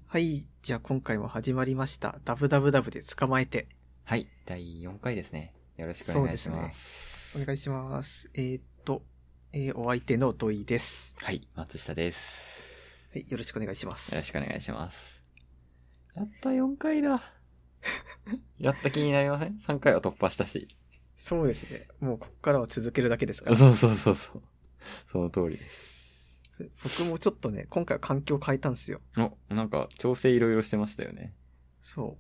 はい。じゃあ今回も始まりました。ダブダブダブで捕まえて。 はい。第4回ですね。よろしくおそう願いしまですね。おす。 願いします。お相手の土井です。 はい。松下です。 はい。よろしくお願いしまよろしす。 くお願いします。やった4回だ。やった気になりません？ 3 回は突破したし。 そうですね。もうここからは続けるだけですから。 そうそうそうそう。その通りです。 僕もちょっとね、今回は環境変えたんですよ。 なんか調整いろいろしてましたよね。 そう。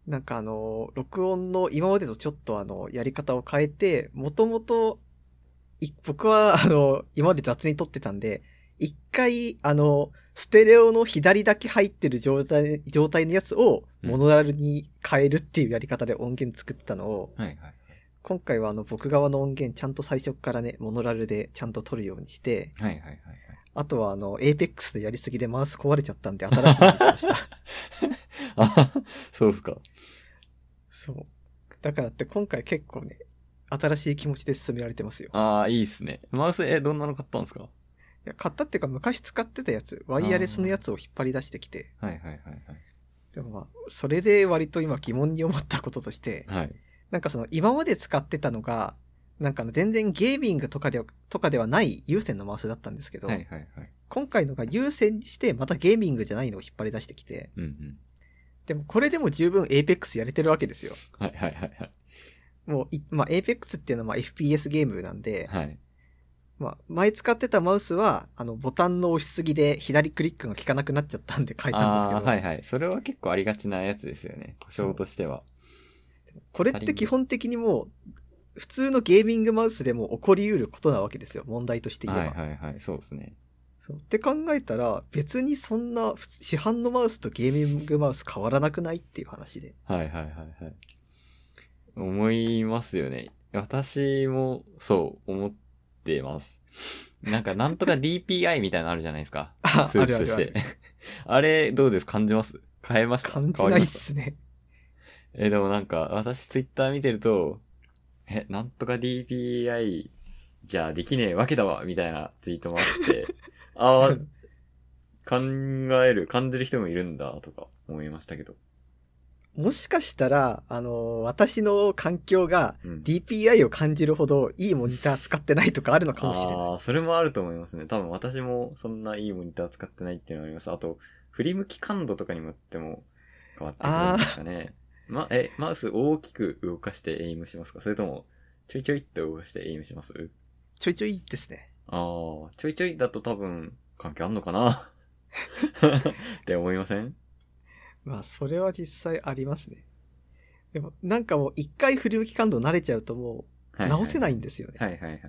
録音の今までとちょっとやり方を変えて、もともと、僕は今まで雑に撮ってたんで、一回、ステレオの左だけ入ってる状態のやつをモノラルに変えるっていうやり方で音源作ってたのを、 はいはい。 今回は僕側の音源ちゃんと最初からね、モノラルでちゃんと撮るようにして、 はいはいはいはい。 あとはApex でやりすぎでマウス壊れちゃったんで新しいのにしました。 あ、そうですか。 そう。だからって今回結構ね、新しい気持ちで進められてますよ。 ああ、いいっすね。マウス、どんなの買ったんですか？ いや、買ったっていうか昔使ってたやつ、ワイヤレスのやつを引っ張り出してきて、 はいはいはいでもまあ、それで割と今疑問に思ったこととして、 はい。はい。 なんか今まで使ってたのが、なんか全然ゲーミングとかではない有線のマウスだったんですけど、 はいはいはい。 今回のが有線にしてまたゲーミングじゃないのを引っ張り出してきて、 うんうん。 でもこれでも十分 Apex やれてるわけですよ。 はいはいはいはい。 もうまあ Apex っていうのはまあ FPS ゲームなんで、 はい。 まあ前使ってたマウスはボタンの押しすぎで左クリックが効かなくなっちゃったんで変えたんですけど、 はいはい。それは結構ありがちなやつですよね。故障としては。 これって基本的にもう普通のゲーミングマウスでも起こり得ることなわけですよ。問題として言えば。 はいはいはい。そうですね。 そう。って考えたら、別にそんな市販のマウスとゲーミングマウス変わらなくないっていう話で。 はいはいはいはい。思いますよね。私もそう思ってます。なんとか DPI みたいなのあるじゃないですか。 あ、 数値として。あれ、どうです？感じます？変えました？ 感じないっ変わりました？ すね。 でもなんか、私ツイッター見てると、なんとか DPI じゃできねえわけだわ、みたいなツイートもあって、ああ、感じる人もいるんだ、とか思いましたけど。 もしかしたら、私の環境がうん。 DPI を感じるほどいいモニター使ってないとかあるのかもしれない。 ああ、それもあると思いますね。多分私もそんないいモニター使ってないっていうのがあります。あと、振り向き感度とかにもよっても変わってくるんですかね。マウス大きく動かしてエイムしますか？それとも、ちょいちょいって動かしてエイムします？ ちょいちょいですね。 ああ、ちょいちょいだと多分関係あんのかなって思いません？ まあ、それは実際ありますね。でも、なんかもう一回振り向き感度慣れちゃうともう直せないんですよね。 はいはいはいはい。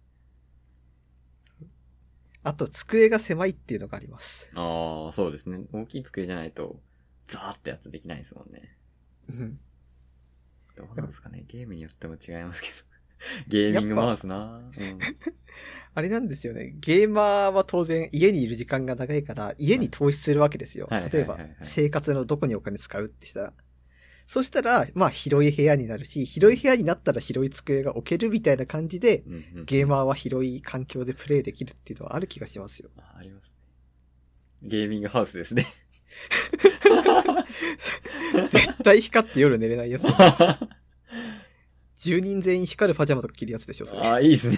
あと、机が狭いっていうのがあります。 ああ、そうですね。大きい机じゃないと、ザーってやつできないですもんね。 うん。 どうなんですかね。ゲームによっても違いますけど。ゲーミングマウスな。うん。 あれなんですよね。ゲーマーは当然家にいる時間が長いから家に投資するわけですよ。 はい例えばはいはいはい生活のどこにお金使うってしたら。そしたら、まあ広い部屋になるし、広い部屋になったら広い机が置けるみたいな感じで、 うんうんうん。 ゲーマーは広い環境でプレイできるっていうのはある気がしますよ。 ありますね。ゲーミングハウスですね。 絶対光って夜寝れないやつ。住人全員光るパジャマとか着るやつでしょ、それ。 ああ、いいですね。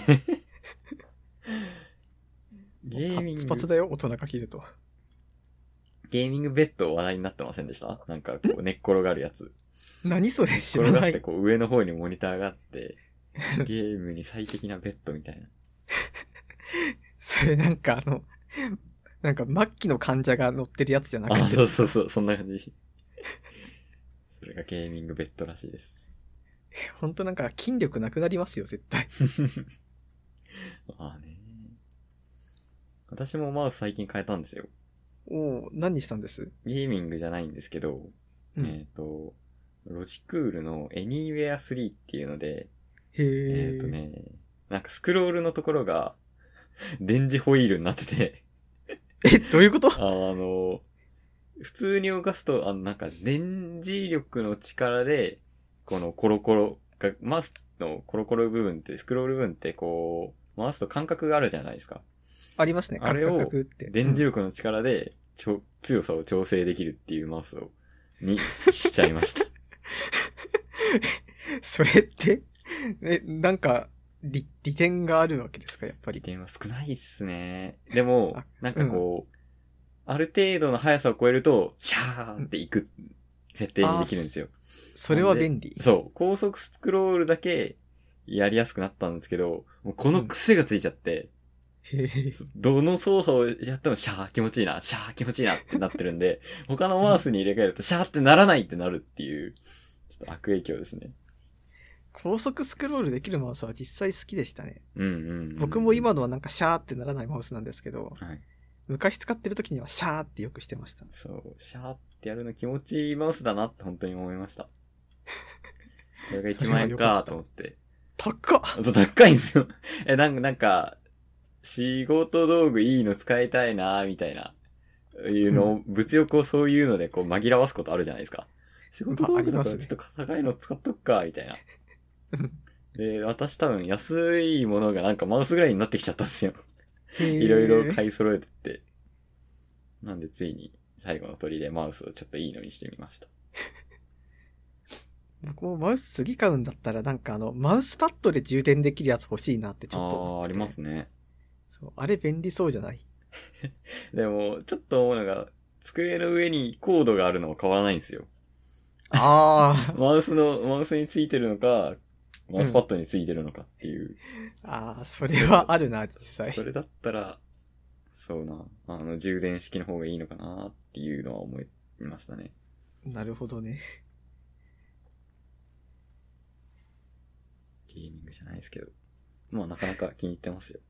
ゲーパミング、 ツパツだよ、大人が着ると。 ゲーミングベッド話題になってませんでした？なんかこう寝っ転がるやつ。 何それ知転らない。 がってこう上の方にモニターがあって、ゲームに最適なベッドみたいな。 それなんかなんか末期の患者が乗ってるやつじゃなくて。 そうそうそう、そんな感じ。それがゲーミングベッドらしいです。 ほんとなんか筋力なくなりますよ、絶対。 まあね。私もマウス最近変えたんですよ。 おお、何にしたんです？ ゲーミングじゃないんですけど、 うん。 ロジクールの Anywhere 3っていうので、 へえ。 なんかスクロールのところが電磁ホイールになっててどういうこと？ 普通に動かすと、なんか電磁力の力で、このコロコロが、マウスのコロコロ部分って、スクロール部分ってこう、回すと感覚があるじゃないですか。 ありますね、カクカクカあれをクって。 電磁力の力で強さを調整できるっていうマウスにしちゃいました。 それって、なんか、利点があるわけですか、やっぱり。 利点は少ないっすね。でも、なんかこう、 うん、 ある程度の速さを超えると、シャーっていく設定にできるんですよ。 それは便利。 そう。高速スクロールだけやりやすくなったんですけど、もうこの癖がついちゃって、どの操作をやってもシャー気持ちいいな、シャー気持ちいいなってなってるんで、他のマウスに入れ替えるとシャーってならないってなるっていう、ちょっと悪影響ですね。 高速スクロールできるマウスは実際好きでしたね。 うん僕も今のはなんかシャーってならないマウスなんですけど、 はい、 昔使ってる時にはシャーってよくしてました。 そう、シャーってやるの気持ちいいマウスだなって本当に思いました。これが1万円かと思って。 高っそう、高いんですよ。なんか、仕事道具いいの使いたいなみたいな、いうのを、物欲をそういうのでこう紛らわすことあるじゃないですか。仕事道具だからちょっと高いの使っとくか、みたいな。で、私多分安いものがなんかマウスぐらいになってきちゃったんですよ。いろいろ買い揃えてって。なんでついに最後の鳥でマウスをちょっといいのにしてみました。 僕もマウス次買うんだったらなんかマウスパッドで充電できるやつ欲しいなってちょっと思って。 ありますね。 そう、あれ便利そうじゃない？ でも、ちょっと思うのが、机の上にコードがあるのは変わらないんですよ。 ああ。 マウスについてるのか、マウスパッドについてるのかっていう。 ああ、それはあるな、実際。 それだったら、そうな、充電式の方がいいのかなっていうのは思いましたね。 なるほどね。 ゲーミングじゃないですけど。まあなかなか気に入ってますよ。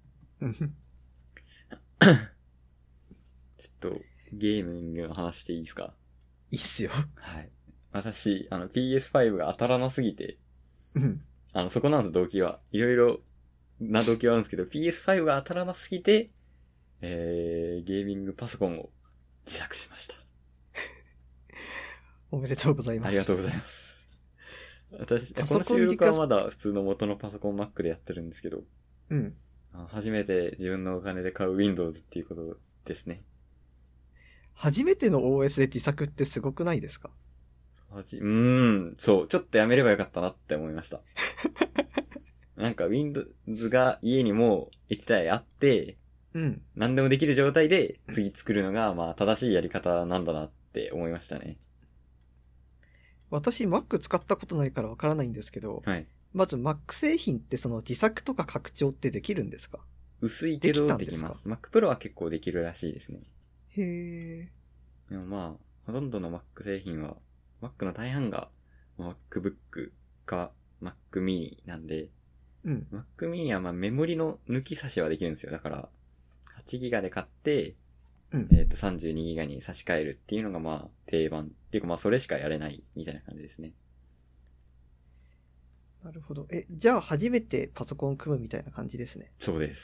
ちょっと、ゲーミングの話していいですか？ いいっすよ。 はい。私、PS5 が当たらなすぎて、そこなんです、動機は。いろいろな動機はあるんですけど、PS5 が当たらなすぎて、ゲーミングパソコンを自作しました。 おめでとうございます。 ありがとうございます。私、この収録はまだ普通の元のパソコン Mac でやってるんですけど、初めて自分のお金で買う Windows っていうことですね。 初めての OS で自作ってすごくないですか？ そう、ちょっとやめればよかったなって思いました。なんか Windows が家にも1台あって、何でもできる状態で次作るのが、まあ正しいやり方なんだなって思いましたね。 私 Mac 使ったことないからわからないんですけど、 はい。 まず Mac 製品ってその自作とか拡張ってできるんですか？ 薄いけどできます。Mac Pro は結構できるらしいですね。 へー。 でもまあ、ほとんどの Mac 製品は、Mac の大半が MacBook か Mac mini なんで、Mac mini はまあメモリの抜き差しはできるんですよ。だから、8ギガで買って、32ギガに差し替えるっていうのがまあ定番。っていうかまあそれしかやれないみたいな感じですね。 なるほど。じゃあ初めてパソコン組むみたいな感じですね。 そうです。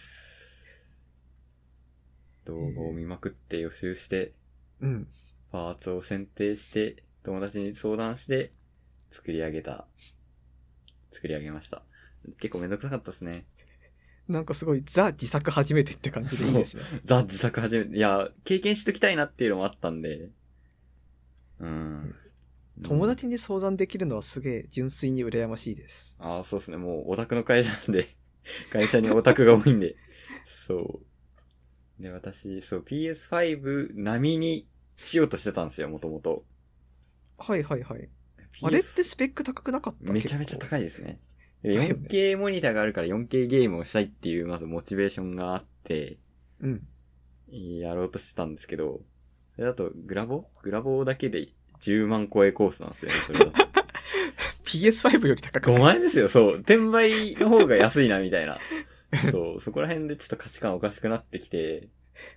動画を見まくって予習して、パーツを選定して、友達に相談して、作り上げました。結構めんどくさかったですね。 なんかすごいザ自作初めてって感じでいいですね。 ザ自作初めて。いや、経験しときたいなっていうのもあったんで。 友達に相談できるのはすげえ純粋に羨ましいです。 そうですね。もうオタクの会社なんで、会社にオタクが多いんで。そう。で、私、PS5 並みにしようとしてたんですよ、もともと。 はいはいはい。あれってスペック高くなかった？ めちゃめちゃ高いですね。4K モニターがあるから 4K ゲームをしたいっていう、まずモチベーションがあって、やろうとしてたんですけど、それだとグラボだけで10万超えコースなんですよね、それだと。 PS5 より高くない？ 5 万円ですよ、そう。転売の方が安いな、みたいな。そう、そこら辺でちょっと価値観おかしくなってきて、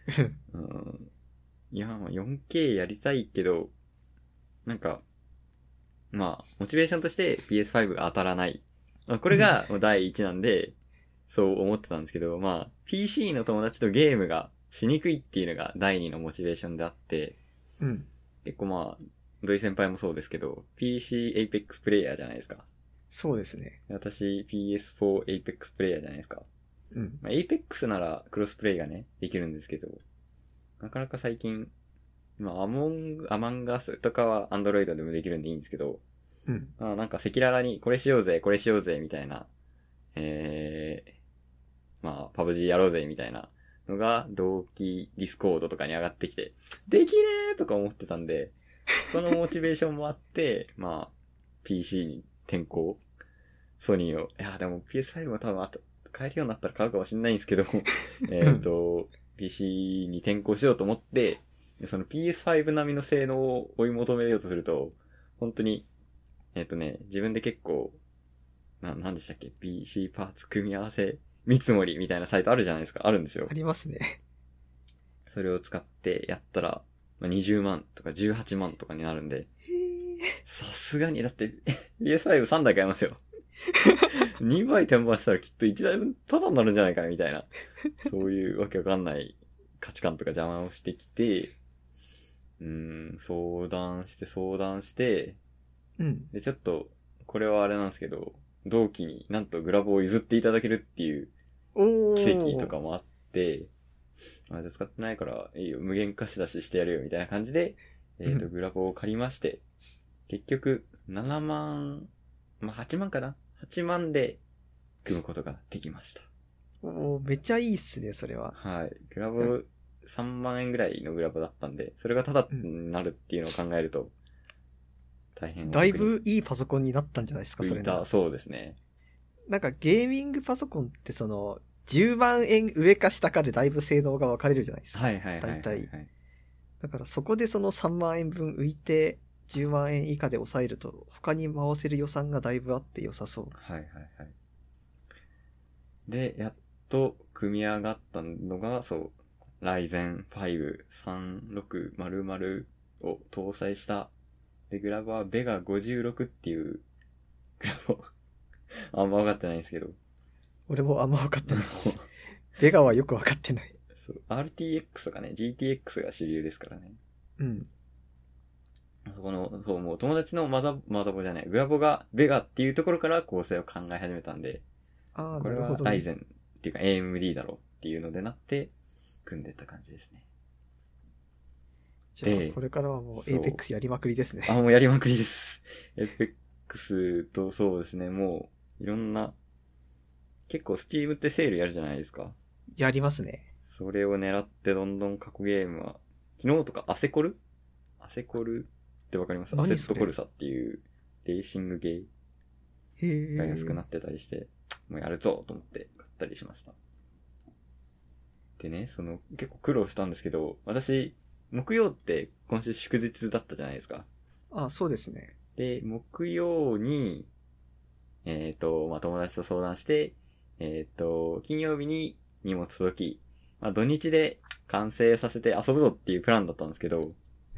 いや、まあ 4K やりたいけど、なんか、まあ、モチベーションとして PS5 が当たらない。これが第一なんで、そう思ってたんですけど、まあ、PC の友達とゲームがしにくいっていうのが第二のモチベーションであって、結構まあ、土井先輩もそうですけど、PC Apex プレイヤーじゃないですか。 そうですね。 私 PS4 Apex プレイヤーじゃないですか。まあ、Apex ならクロスプレイがね、できるんですけど、なかなか最近まあ、アマンガスとかは Android でもできるんでいいんですけど、 うん。 まあ、なんか赤裸々にこれしようぜ、これしようぜ、みたいな、まあ、パブ G やろうぜ、みたいなのが、同期ディスコードとかに上がってきて、できねーとか思ってたんで、そのモチベーションもあって、まあ、PC に転向。ソニーの、いや、でも PS5 も多分買えるようになったら買うかもしれないんですけど、PC に転向しようと思って、その PS5 並みの性能を追い求めようとすると、本当に、自分で結構、なんでしたっけ ?PC パーツ組み合わせ見積もりみたいなサイトあるじゃないですか。あるんですよ。 ありますね。 それを使ってやったら、まあ、20万とか18万とかになるんで、さすがに、だって PS53 台買いますよ。2倍転売したらきっと1台分タダになるんじゃないかなみたいな。そういうわけわかんない価値観とか邪魔をしてきて、相談して、 うん。 で、ちょっと、これはあれなんですけど、同期になんとグラボを譲っていただけるっていう奇跡とかもあって、あれ使ってないからいいよ、無限貸し出ししてやるよみたいな感じで、グラボを借りまして、結局、7万、まあ、8万かな ?8 万で組むことができました。 めっちゃいいっすね、それは。 はい。グラボ3万円ぐらいのグラボだったんで、それがタダになるっていうのを考えると、大変だいぶいいパソコンになったんじゃないですか、それね。 そうですね。 なんかゲーミングパソコンって10万円上か下かでだいぶ性能が分かれるじゃないですか。 はいはいはいはい、はい。 大体。だからそこでその3万円分浮いて、10万円以下で抑えると、他に回せる予算がだいぶあって良さそう。 はいはいはい。で、やっと組み上がったのが、そう、Ryzen 5 3600を搭載した。で、グラボは Vega56 っていうグラボ。あんま分かってないんですけど。 俺もあんま分かってないです。ベガはよく分かってない。 そう、RTX とかね、GTX が主流ですからね。 うん。 そう、もう友達のマザボじゃない、グラボがベガっていうところから構成を考え始めたんで、 ああ、 これはなるほど、ね。 Ryzen っていうか AMD だろうっていうのでなって、組んでった感じですね。 じゃあ、これからはもう Apex やりまくりですね。 もうやりまくりです。Apex とそうですね、もういろんな、結構 Steam ってセールやるじゃないですか。 やりますね。 それを狙ってどんどん過去ゲームは、昨日とかアセコルってわかります？アセットコルサっていうレーシングゲーが安くなってたりして、もうやるぞと思って買ったりしました。でね、結構苦労したんですけど、私、木曜って今週祝日だったじゃないですか。 あ、そうですね。 で、木曜に、まあ、友達と相談して、金曜日に荷物届き、まあ、土日で完成させて遊ぶぞっていうプランだったんですけど、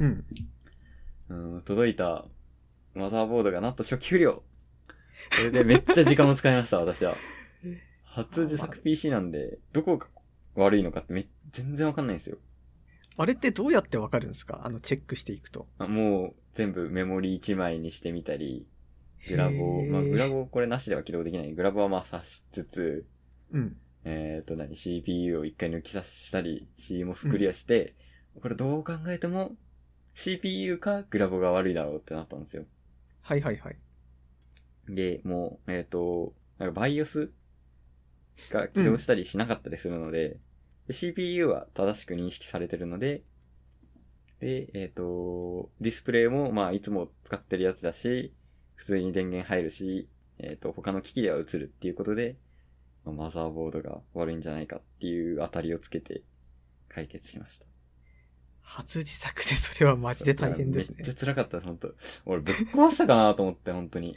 届いたマザーボードがなんと初期不良。それでめっちゃ時間を使いました、私は。初自作 PC なんで、どこが悪いのかって全然わかんないんですよ。 あれってどうやってわかるんですか？チェックしていくと。 もう全部メモリ1枚にしてみたり、グラボこれなしでは起動できない。グラボはまあ挿しつつ、 うん。 CPU を一回抜き差したり、CMOS クリアして、これどう考えても CPU かグラボが悪いだろうってなったんですよ。 はいはいはい。 で、もう、なんか BIOS が起動したりしなかったりするので、CPU は正しく認識されてるので、で、ディスプレイも、まあ、いつも使ってるやつだし、普通に電源入るし、他の機器では映るっていうことで、まあ、マザーボードが悪いんじゃないかっていう当たりをつけて解決しました。 初自作でそれはマジで大変ですね。 めっちゃ辛かったです、本当俺ぶっ壊したかなと思って、本当に。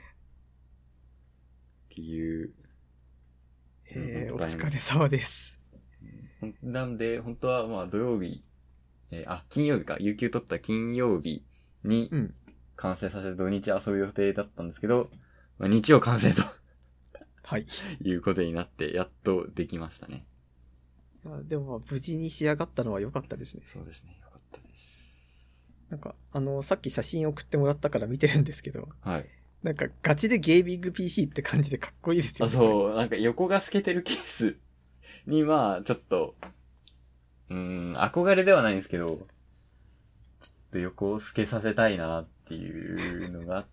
っていう。 お疲れ様です。 なんで、本当はまあ土曜日、金曜日か、有給取った金曜日に完成させて土日遊ぶ予定だったんですけど、まあ、日曜完成とはい。 いうことになって、やっとできましたね。 いやでも無事に仕上がったのは良かったですね。 そうですね、良かったです。 なんか、さっき写真送ってもらったから見てるんですけど、 はい。 なんかガチでゲーミング PC って感じでかっこいいですよね。 そう、なんか横が透けてるケースに、まあ、ちょっと、憧れではないんですけど、ちっと横を透けさせたいなっていうのがあって、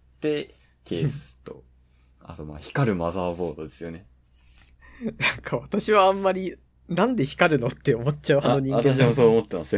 ケースと、あとまあ光るマザーボードですよね。 なんか私はあんまり、なんで光るのって思っちゃう派の人間私もそう思ってますよ。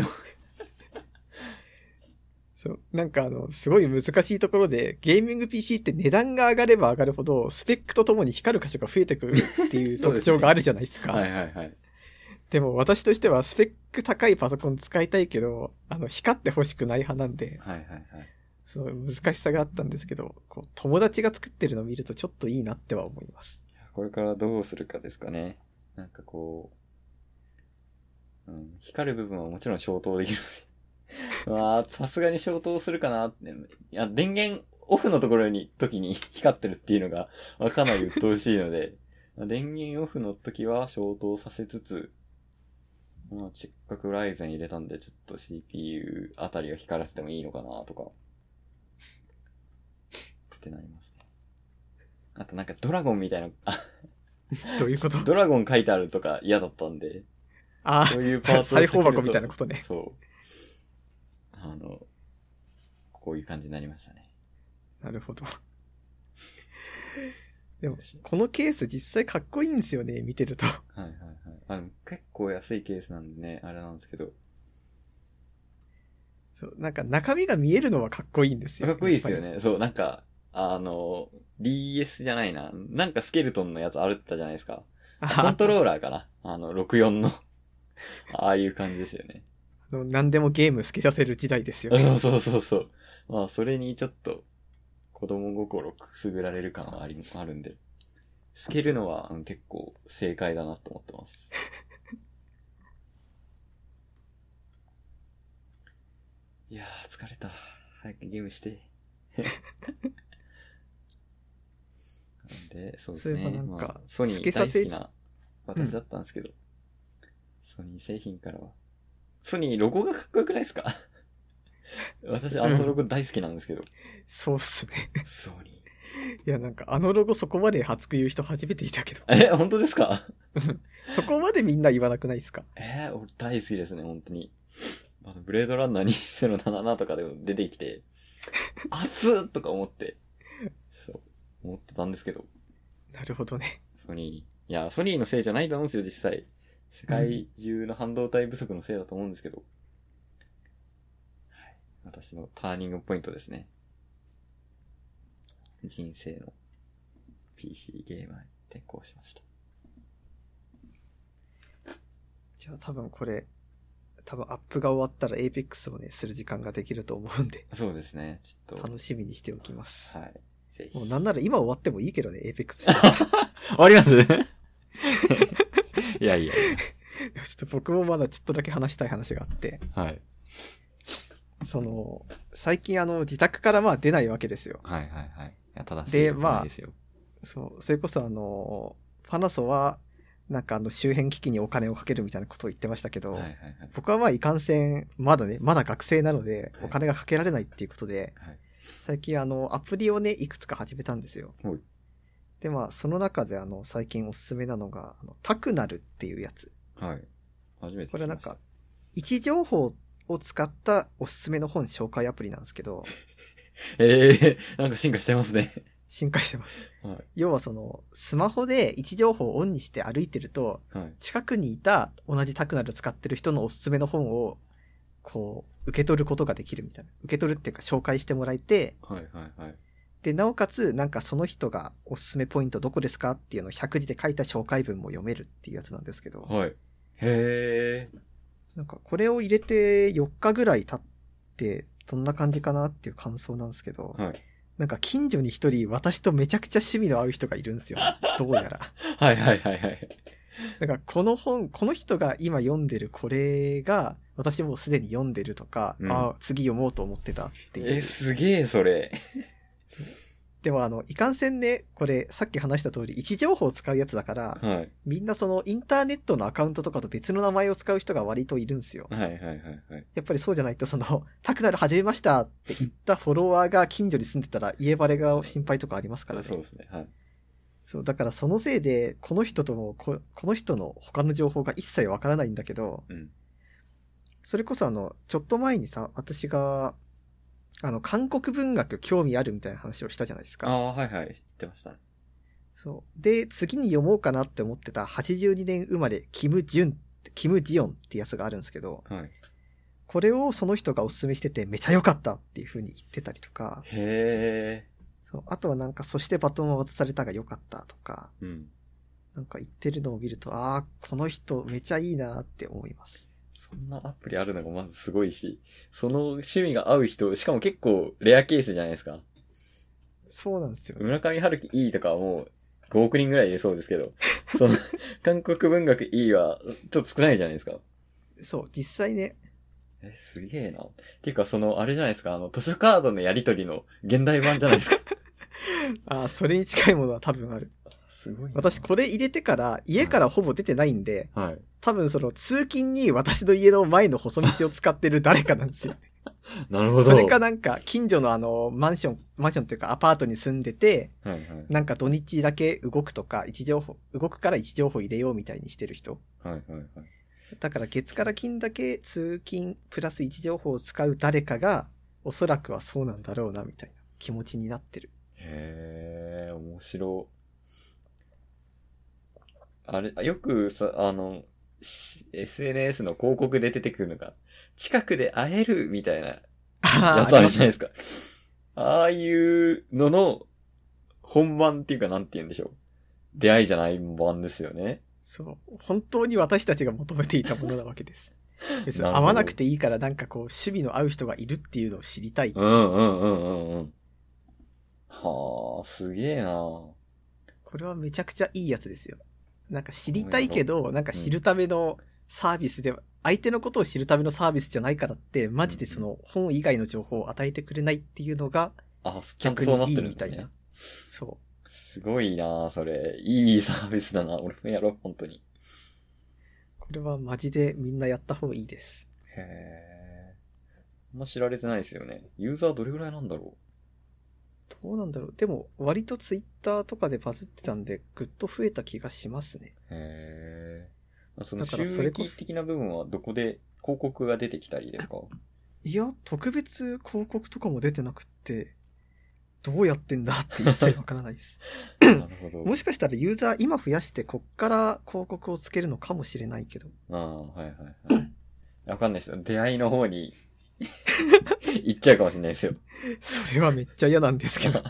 そう。なんかすごい難しいところで、ゲーミング PC って値段が上がれば上がるほど、スペックとともに光る箇所が増えてくるっていう特徴があるじゃないですか。 はいはいはい。 でも私としてはスペック高いパソコン使いたいけど、光って欲しくない派なんで、 はいはいはい。 その難しさがあったんですけど、こう友達が作ってるのを見るとちょっといいなっては思います。 これからどうするかですかね。なんかこう、光る部分はもちろん消灯できるので。まあ、さすがに消灯するかなって。いや、電源オフの時に光ってるっていうのが、かなり鬱陶しいので、電源オフの時は消灯させつつ、まあ、せっかくライゼン入れたんで、ちょっと CPU あたりを光らせてもいいのかなとか、ってなりますね。あとなんかドラゴンみたいな、 どういうこと？ ドラゴン書いてあるとか嫌だったんで、そういうパーツを裁縫箱みたいなことね。 そう。こういう感じになりましたね。 なるほど。でも、このケース実際かっこいいんですよね、見てると。 はいはいはい。結構安いケースなんでね、あれなんですけど。 そう、なんか中身が見えるのはかっこいいんですよ。 かっこいいですよね。そう、なんか、DS じゃないな。なんかスケルトンのやつあるったじゃないですか。コントローラーかな。64の。ああいう感じですよね。 何でもゲーム好きさせる時代ですよね。 そうそうそう。まあ、それにちょっと、子供心くすぐられる感はあるんで。透けるのは結構正解だなと思ってます。いやー、疲れた。早くゲームして。なんで、そうですね。 そういえばなんか、 ソニー大好きな私だったんですけど、ソニー製品からは。ソニーロゴがかっこよくないですか？私ロゴ大好きなんですけど。 そうっすね。 ソニー。 いや、なんかロゴそこまで熱く言う人初めていたけど。 本当ですか？ そこまでみんな言わなくないですか？ 俺大好きですね、本当に。ブレードランナー2077とかでも出てきて、熱っとか思って、思ってたんですけど。 なるほどね。 ソニーのせいじゃないと思うんですよ、実際。世界中の半導体不足のせいだと思うんですけど。はい。私のターニングポイントですね。人生の PC ゲームに転向しました。 じゃあ多分アップが終わったら Apex をね、する時間ができると思うんで。 そうですね。ちょっと。 楽しみにしておきます。 はい。ぜひ。 もうなんなら今終わってもいいけどね、Apex して。 終わりますいやいやいや。 ちょっと僕もまだちょっとだけ話したい話があって。 はい。 最近自宅からまあ出ないわけですよ。 はいはいはい。いや、正しいで、まあ、 ですよ。 それこそパナソは、なんか周辺機器にお金をかけるみたいなことを言ってましたけど、 はいはいはい、 僕はまあいかんせん、まだ学生なので、お金がかけられないっていうことで、 はい、 最近アプリをね、いくつか始めたんですよ。 はい、 で、まあ、その中で最近おすすめなのが、タクナルっていうやつ。 はい。初めて聞きました。 これはなんか、位置情報を使ったおすすめの本紹介アプリなんですけど。 なんか進化してますね。 進化してます。 はい、 要はスマホで位置情報をオンにして歩いてると、 はい、 近くにいた同じタクナル使ってる人のおすすめの本を、こう、受け取ることができるみたいな。受け取るっていうか紹介してもらえて、 はいはいはい。 で、なおかつ、なんかその人がおすすめポイントどこですかっていうのを100字で書いた紹介文も読めるっていうやつなんですけど。 はい。へー。 なんかこれを入れて4日ぐらい経って、どんな感じかなっていう感想なんですけど。 はい。 なんか近所に一人私とめちゃくちゃ趣味の合う人がいるんですよ。どうやら。 はいはいはいはい。 だからこの人が今読んでるこれが、私もうすでに読んでるとか、次読もうと思ってたっていう。 すげえそれ。 でもいかんせんね、これさっき話した通り位置情報を使うやつだから、 はい、 みんなインターネットのアカウントとかと別の名前を使う人が割といるんですよ。 はいはいはいはい。 やっぱりそうじゃないとタクナル始めましたって言ったフォロワーが近所に住んでたら家バレが心配とかありますからね。 そうですね。はい。 そう、だからそのせいで、この人ともこの人の他の情報が一切わからないんだけど、 うん、 それこそちょっと前にさ、私が韓国文学興味あるみたいな話をしたじゃないですか。 ああ、はいはい。知ってましたね。 そう。で、次に読もうかなって思ってた82年生まれ、キム・ジヨンってやつがあるんですけど、 はい。 これをその人がおすすめしててめちゃ良かったっていう風に言ってたりとか、 へえ。 そう。あとはなんか、そしてバトンを渡されたが良かったとか、 うん。 なんか言ってるのを見ると、ああ、この人めちゃいいなって思います。 そんなアプリあるのがまずすごいし、その趣味が合う人、しかも結構レアケースじゃないですか。 そうなんですよ。 村上春樹 E とかはもう5億人ぐらいいるそうですけど、その、韓国文学 E はちょっと少ないじゃないですか。 そう、実際ね。 すげえな。っていうか、あれじゃないですか、図書カードのやりとりの現代版じゃないですか。 ああ、それに近いものは多分ある。 すごいな。 私これ入れてから家からほぼ出てないんで、 はい。 多分その通勤に私の家の前の細道を使ってる誰かなんですよ。 なるほど。 それかなんか近所のマンションというかアパートに住んでて、 はいはい。 なんか土日だけ動くとか動くから位置情報入れようみたいにしてる人。 はいはいはい。 だから月から金だけ通勤プラス位置情報を使う誰かがおそらくはそうなんだろうなみたいな気持ちになってる。 へえ、面白。あれ、よくさ、SNS の広告で出てくるのが、近くで会えるみたいなやつあるじゃないですか。ああいうのの本番っていうかなんて言うんでしょう。出会いじゃない版ですよね。 そう。本当に私たちが求めていたものなわけです。別になるほど会わなくていいからなんかこう趣味の合う人がいるっていうのを知りたい。 うんうんうんうんうん。はあ、すげえな。 これはめちゃくちゃいいやつですよ。なんか知りたいけど、なんか知るためのサービスでは、相手のことを知るためのサービスじゃないからって、マジでその本以外の情報を与えてくれないっていうのがあ、ちゃんとそうなって逆にいいるんですねみたいな。。そう。 すごいなそれ。いいサービスだな。俺もやろう、本当に。 これはマジでみんなやった方がいいです。 へえ。あんま知られてないですよね。ユーザーどれぐらいなんだろどうなんだろう。でも割とツイッターとかでバズってたんで、ぐっと増えた気がしますね。 う。へえ。そのだから収それこそ益的な部分はどこで広告が出てきたりですか？ いや、特別広告とかも出てなくって、どうやってんだって一切わからないです。 なるほど。 もしかしたらユーザー今増やしてこっから広告をつけるのかもしれないけど。 ああ、はいはいはい。わかんないですよ。出会いの方に行っちゃうかもしれないですよ。 それはめっちゃ嫌なんですけど。 へ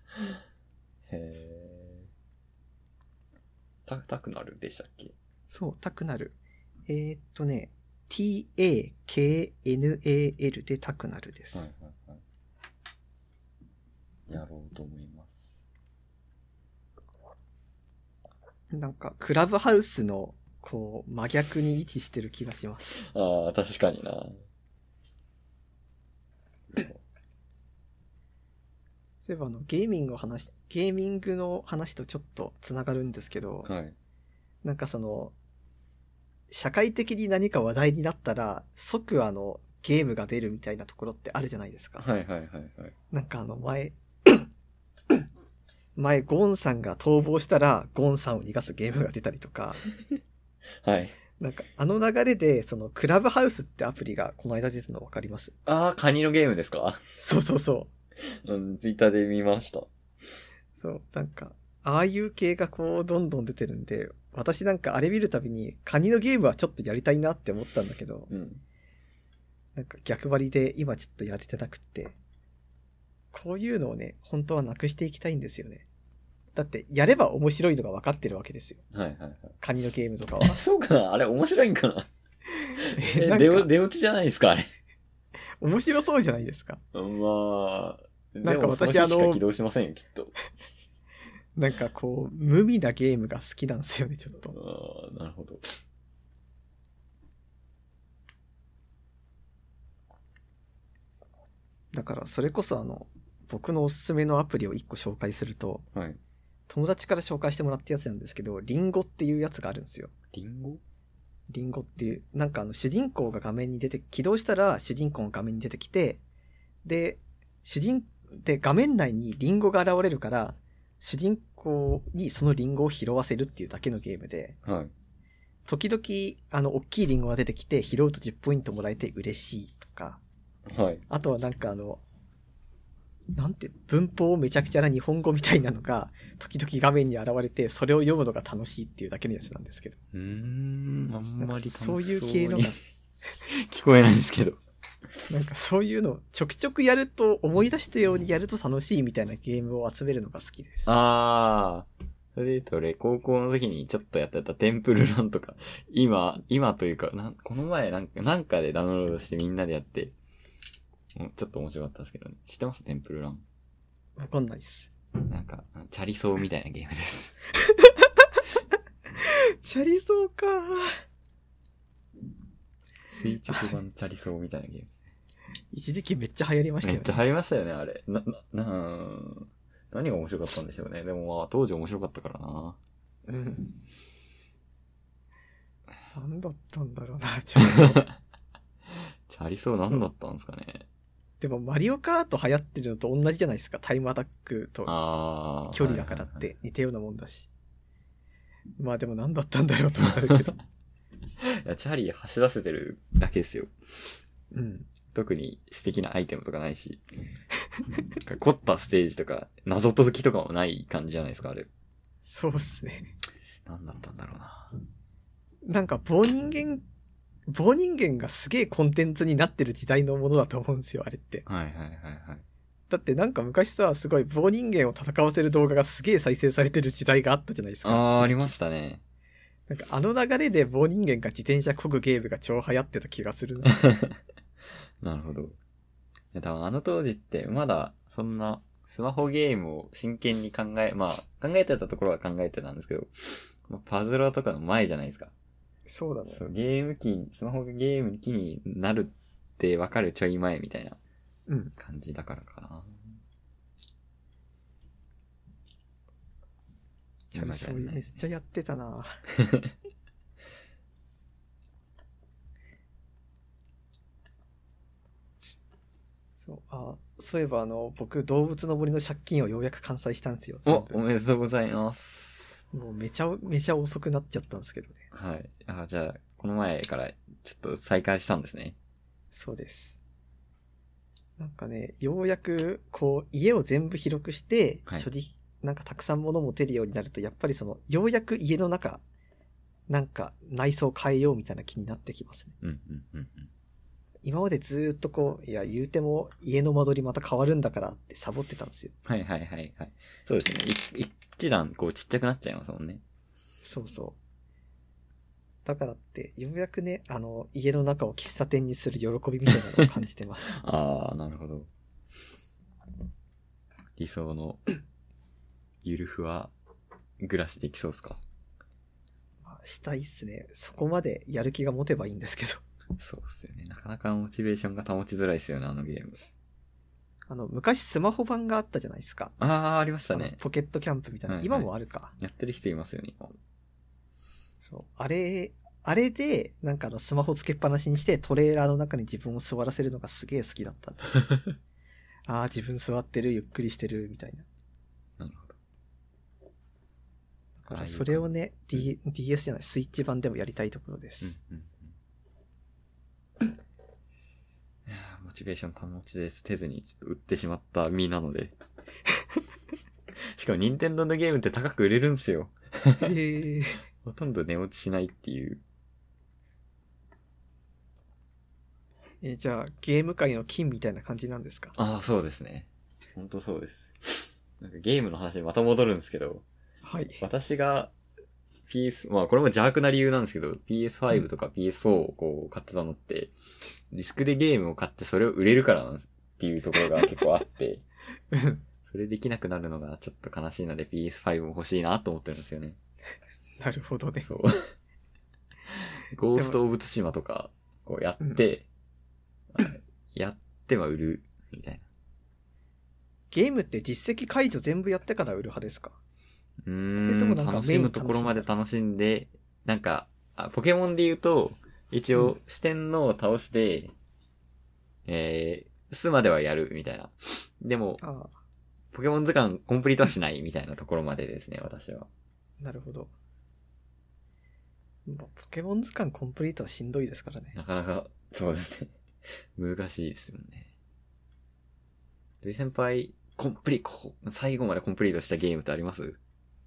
え。タクナルでしたっけ？ そう、タクナル。ね、TAKNAL でタクナルです。 はいはいはい。やろうと思います。 なんか、クラブハウスの、こう、真逆に位置してる気がします。 ああ、確かにな。 そういえばゲーミングの話とちょっとつながるんですけど、 はい。 なんか社会的に何か話題になったら、即ゲームが出るみたいなところってあるじゃないですか。 はいはいはいはい。 なんか前、ゴンさんが逃亡したら、ゴンさんを逃がすゲームが出たりとか、 はい。 なんか流れで、クラブハウスってアプリがこの間出たの分かります？ ああ、カニのゲームですか？ そうそうそう。 うん、ツイッターで見ました。 そう、なんか、ああいう系がこう、どんどん出てるんで、私なんかあれ見るたびに、カニのゲームはちょっとやりたいなって思ったんだけど、 うん。 なんか逆張りで今ちょっとやれてなくって、こういうのをね、本当はなくしていきたいんですよね。だって、やれば面白いのが分かってるわけですよ。 はいはいはい。 カニのゲームとかは。 そうかなあれ面白いんかななんか出落ちじゃないですかあれ。 面白そうじゃないですか。 まあ、 なんか私でもその日しか起動しませんよ、きっと。 なんかこう、無味なゲームが好きなんですよね、ちょっと。 ああ、なるほど。 だからそれこそ僕のおすすめのアプリを1個紹介すると、 はい。 友達から紹介してもらったやつなんですけど、リンゴっていうやつがあるんですよ。 リンゴ？ リンゴっていう、なんか主人公が起動したら主人公が画面に出てきて、で、画面内にリンゴが現れるから、主人公にそのリンゴを拾わせるっていうだけのゲームで、 はい。 時々、大きいリンゴが出てきて、拾うと10ポイントもらえて嬉しいとか、 はい。 あとはなんかなんて、文法めちゃくちゃな日本語みたいなのが、時々画面に現れて、それを読むのが楽しいっていうだけのやつなんですけど。 あんまり楽しそういう系のが、 聞こえないんですけど。 なんかそういうの、ちょくちょくやると、思い出したようにやると楽しいみたいなゲームを集めるのが好きです。 それで言うと俺、高校の時にちょっとやってたテンプルランとか、今というか、この前なんかでダウンロードしてみんなでやって、ちょっと面白かったんですけどね。知ってますテンプルラン。 わかんないっす。 なんか、チャリソーみたいなゲームです。 チャリソーか垂直版チャリソーみたいなゲーム。 一時期めっちゃ流行りましたよね。 めっちゃ流行りましたよね、あれ。何が面白かったんでしょうね。でもまあ、当時面白かったからな。 うん。なんだったんだろうな、チャリソー。 チャリソー何だったんですかね。 でもマリオカート流行ってるのと同じじゃないですか。タイムアタックと距離だからって似たようなもんだし。まあでも何だったんだろうとなるけど。 いや、チャリ走らせてるだけですよ。 うん。 特に素敵なアイテムとかないし。凝ったステージとか、謎解きとかもない感じじゃないですか、あれ。 そうっすね。 何だったんだろうな。 なんか棒人間がすげえコンテンツになってる時代のものだと思うんですよ、あれって。 はいはいはいはい。 だってなんか昔さ、すごい棒人間を戦わせる動画がすげえ再生されてる時代があったじゃないですか。 ありましたね。 なんかあの流れで棒人間が自転車漕ぐゲームが超流行ってた気がするんですよ。 なるほど。いや多分あの当時ってまだそんなスマホゲームを真剣に考えてたところは考えてたんですけど、パズルとかの前じゃないですか。 そうだね。 そう、スマホがゲーム機になるってわかるちょい前みたいな感じだからかな。 そういうめっちゃやってたな。そういえば僕動物の森の借金をようやく完済したんですよ。 おめでとうございます。 もうめちゃ遅くなっちゃったんですけどね。 はい。じゃあ、この前からちょっと再開したんですね。 そうです。なんかね、ようやくこう家を全部広くして、 はい、 なんかたくさん物持てるようになると、やっぱりようやく家の中、なんか内装変えようみたいな気になってきますね。今までずーっと言うても家の間取りまた変わるんだからってサボってたんですよ。 はい。そうですね。一段ちっちゃくなっちゃいますもんね。 そうそう。だからって、ようやくね、家の中を喫茶店にする喜びみたいなのを感じてます。 なるほど。理想のゆるふわ暮らしできそうですか？ したいっすね。そこまでやる気が持てばいいんですけど。 そうっすよね。なかなかモチベーションが保ちづらいですよね、あのゲーム。 昔スマホ版があったじゃないですか。 ありましたね。 ポケットキャンプみたいな。今もあるか。 やってる人いますよね、今。 そう。あれで、なんかスマホつけっぱなしにしてトレーラーの中に自分を座らせるのがすげえ好きだったんです。自分座ってる、ゆっくりしてる、みたいな。 なるほど。 だからそれをね、DS じゃない、スイッチ版でもやりたいところです。 いやモチベーション保ちで捨てずにちょっと売ってしまった身なので。しかも任天堂のゲームって高く売れるんですよ。ほとんど値落ちしないっていう。 じゃあ、ゲーム界の金みたいな感じなんですか？ そうですね。本当そうです。なんかゲームの話にまた戻るんですけど。 はい。 私がこれも邪悪な理由なんですけど、PS5 とか PS4 を買ってたのって、ディスクでゲームを買ってそれを売れるからなんっていうところが結構あって、それできなくなるのがちょっと悲しいので PS5 も欲しいなと思ってるんですよね。 なるほどね。 そう。ゴースト・オブ・ツシマとか、やって、やっては売る、みたいな。 ゲームって実績解除全部やってから売る派ですか？ それとも楽しむところまで楽しんで、なんか、ポケモンで言うと、一応、四天王を倒して、スまではやる、みたいな。でも、ポケモン図鑑コンプリートはしない、みたいなところまでですね、私は。 なるほど。ポケモン図鑑コンプリートはしんどいですからね。 なかなか、そうですね。難しいですよね。 土井先輩、最後までコンプリートしたゲームってあります？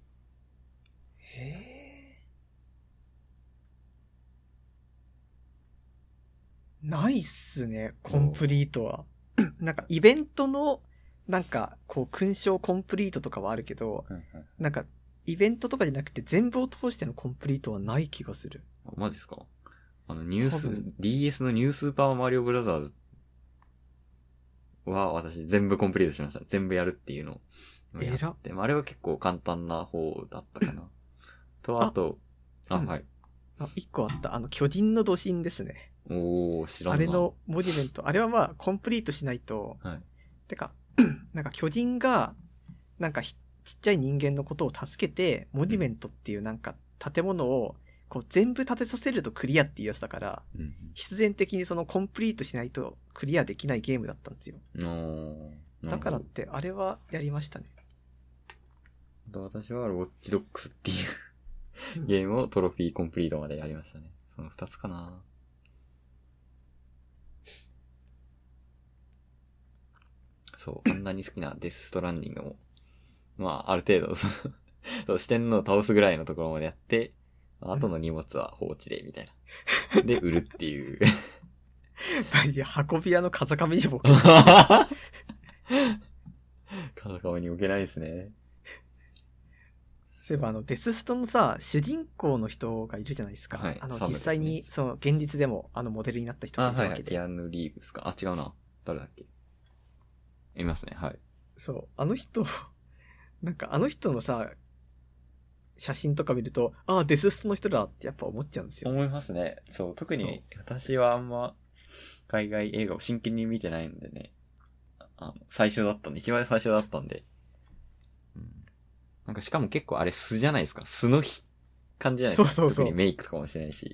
ないっすね、コンプリートは。なんかイベントの、なんかこう勲章コンプリートとかはあるけど、なんかイベントとかじゃなくて全部を通してのコンプリートはない気がする。 マジですか？DS のニュースーパーマリオブラザーズは私全部コンプリートしました。全部やるっていうのをやって。あれは結構簡単な方だったかな。と、あと、はい。 一個あった。巨人の土神ですね。 おー、知らんな。 あれのモニュメント。あれはまあ、コンプリートしないと。 はい。 てか、なんか巨人が、なんかちっちゃい人間のことを助けて、モニュメントっていうなんか建物を、こう全部建てさせるとクリアっていうやつだから、必然的にそのコンプリートしないとクリアできないゲームだったんですよ。だからって、あれはやりましたね。 私はウォッチドックスっていうゲームをトロフィーコンプリートまでやりましたね。その2つかな。そう、あんなに好きなデスストランディングも、まあ、ある程度、四天王を倒すぐらいのところまでやって、あとの荷物は放置で、みたいな。で、売るっていう。 いや、運び屋の風上に僕。 風上に置けないですね。 そういえばデスストのさ、主人公の人がいるじゃないですか。はい、実際に、その、現実でも、モデルになった人がいるわけで。 はい、キアヌ・リーブスか。あ、違うな。誰だっけ？いますね、はい。 そう、なんかあの人のさ、写真とか見ると、ああ、デスストの人だってやっぱ思っちゃうんですよ。 思いますね。そう、特に私はあんま海外映画を真剣に見てないんでね。一番最初だったんで。なんかしかも結構あれ素じゃないですか。素の感じじゃないですか。そう。特にメイクとかもしてないし。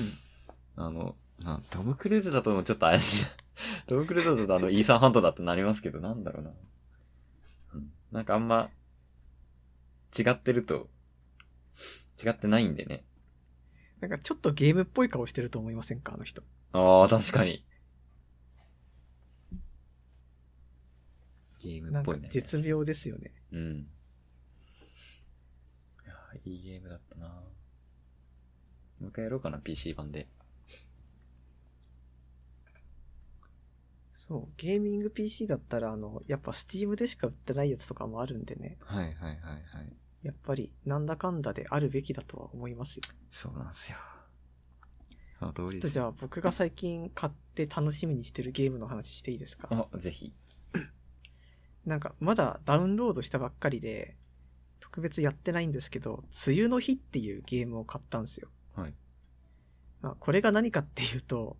トム・クルーズだともちょっと怪しい。トム・クルーズだとイーサン・ハントだってなりますけど、なんだろうな。なんかあんま、違ってないんでね。 なんかちょっとゲームっぽい顔してると思いませんか、あの人。 ああ、確かに。ゲームっぽいね。 なんか絶妙ですよね。 うん。いいゲームだったな。もう一回やろうかな、PC 版で。 そう、ゲーミング PC だったらやっぱ Steam でしか売ってないやつとかもあるんでね。 はい。 やっぱりなんだかんだであるべきだとは思いますよ。 そうなんですよ。 ちょっとじゃあ僕が最近買って楽しみにしてるゲームの話していいですか？ ぜひ。 なんかまだダウンロードしたばっかりで、特別やってないんですけど、梅雨の日っていうゲームを買ったんですよ。 はい。 まあこれが何かっていうと、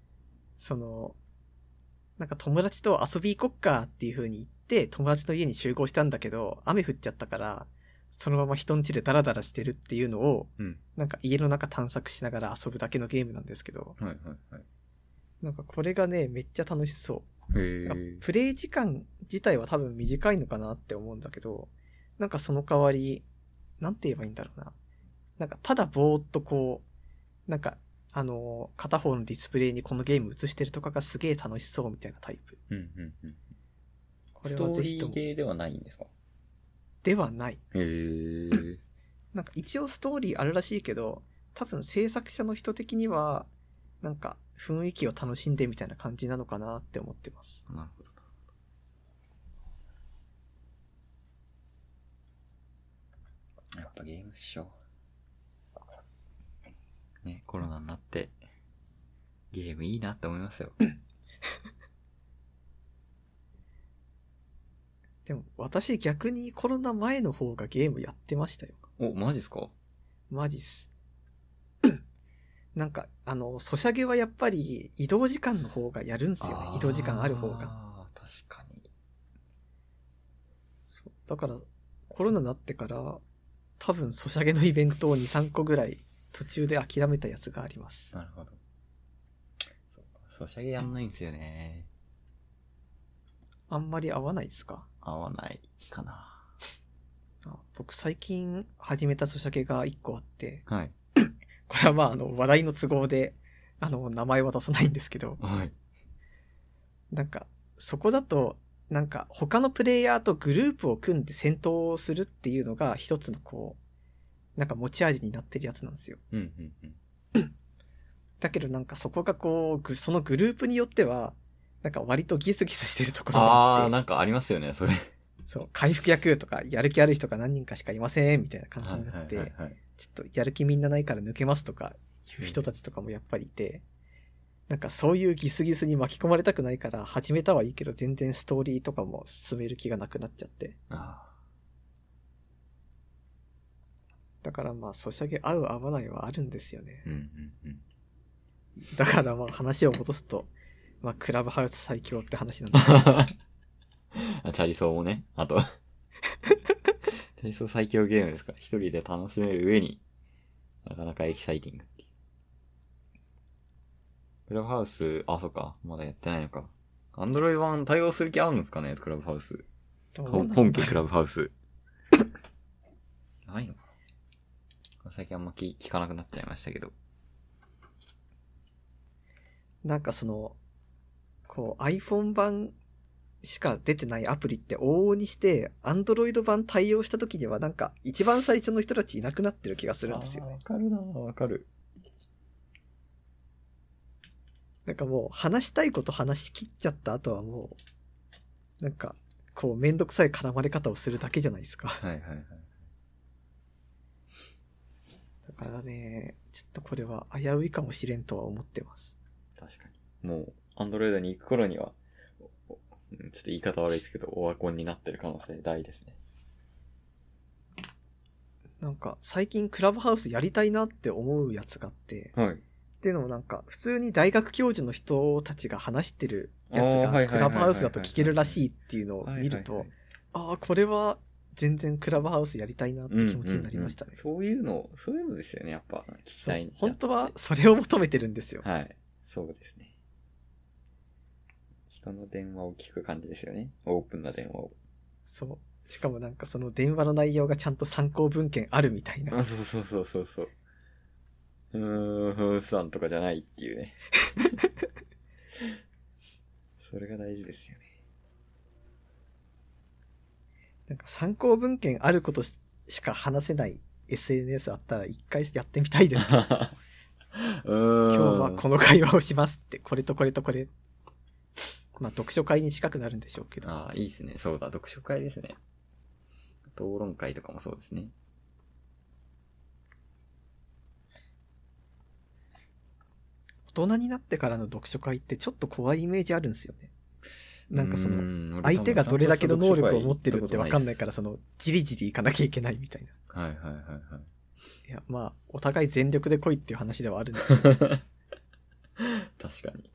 なんか友達と遊び行こっかっていう風に言って、友達の家に集合したんだけど、雨降っちゃったから、そのまま人ん家でダラダラしてるっていうのを、なんか家の中探索しながら遊ぶだけのゲームなんですけど、なんかこれがね、めっちゃ楽しそう。プレイ時間自体は多分短いのかなって思うんだけど、なんかその代わり、なんて言えばいいんだろうな。なんかただぼーっとこう、なんか片方のディスプレイにこのゲーム映してるとかがすげえ楽しそうみたいなタイプ。 これはぜひとも。ストーリー系ではないんですか？ ではない。 へなんか一応ストーリーあるらしいけど、多分制作者の人的には、なんか雰囲気を楽しんでみたいな感じなのかなって思ってます。 なるほど。やっぱゲームっしょ。ね、コロナになって、ゲームいいなって思いますよ。 でも私逆にコロナ前の方がゲームやってましたよ。 マジっすか？ マジっす。なんか、ソシャゲはやっぱり移動時間の方がやるんすよね。移動時間ある方が。 確かに。 そう。だから、コロナになってから、多分ソシャゲのイベントを2、3個ぐらい途中で諦めたやつがあります。 なるほど。ソシャゲやんないんですよね。 あんまり合わないですか？ 合わないかな。 僕最近始めたソシャゲが1個あって、 はい。 これはまあ話題の都合で名前は出さないんですけど、 はい。 なんかそこだとなんか他のプレイヤーとグループを組んで戦闘をするっていうのが一つのこう、なんか持ち味になってるやつなんですよ。だけどなんかそこがこう、そのグループによっては、なんか割とギスギスしてるところがあって。 なんかありますよね、それ。 そう、回復役とか、やる気ある人が何人かしかいません、みたいな感じになって、ちょっとやる気みんなないから抜けますとか、いう人たちとかもやっぱりいて、なんかそういうギスギスに巻き込まれたくないから始めたはいいけど全然ストーリーとかも進める気がなくなっちゃって。だからまあ、ソシャゲ合う合わないはあるんですよね。だからまあ話を戻すと、まあクラブハウス最強って話なんですよ。 チャリソーもね、あと。チャリソー最強ゲームですから、一人で楽しめる上に、なかなかエキサイティングっていう。クラブハウス、そっか、まだやってないのか。アンドロイド版対応する気あるんですかね、クラブハウス。本家クラブハウス。ないのかな、最近あんま聞かなくなっちゃいましたけど。 なんかその、こう iPhone 版しか出てないアプリって往々にして、Android 版対応した時にはなんか一番最初の人たちいなくなってる気がするんですよね。 わかるな、わかる。 なんかもう話したいこと話し切っちゃった後はもう、なんかこうめんどくさい絡まれ方をするだけじゃないですか。 はいはいはい。 だからね、ちょっとこれは危ういかもしれんとは思ってます。 確かに。もう、Android に行く頃には、ちょっと言い方悪いですけど、オワコンになってる可能性大ですね。 なんか最近クラブハウスやりたいなって思うやつがあって、 はい。 っていうのもなんか普通に大学教授の人たちが話してるやつがクラブハウスだと聞けるらしいっていうのを見ると、これは全然クラブハウスやりたいなって気持ちになりましたね。 そういうのですよね、やっぱ。聞きたい。 本当はそれを求めてるんですよ。 はい。そうですね。人の電話を聞く感じですよね。オープンな電話を。 そう。しかもなんかその電話の内容がちゃんと参考文献あるみたいな。 そう。さんとかじゃないっていうね。それが大事ですよね。 なんか参考文献あることしか話せない SNS あったら一回やってみたいですけど。今日はこの会話をしますって、これとこれとこれ。まあ読書会に近くなるんでしょうけど。 いいですね。そうだ、読書会ですね。討論会とかもそうですね。 大人になってからの読書会ってちょっと怖いイメージあるんですよね。なんかその、相手がどれだけの能力を持ってるって分かんないから、その、じりじりいかなきゃいけないみたいな。 はい。 いや、まあ、お互い全力で来いっていう話ではあるんですけど。 確かに。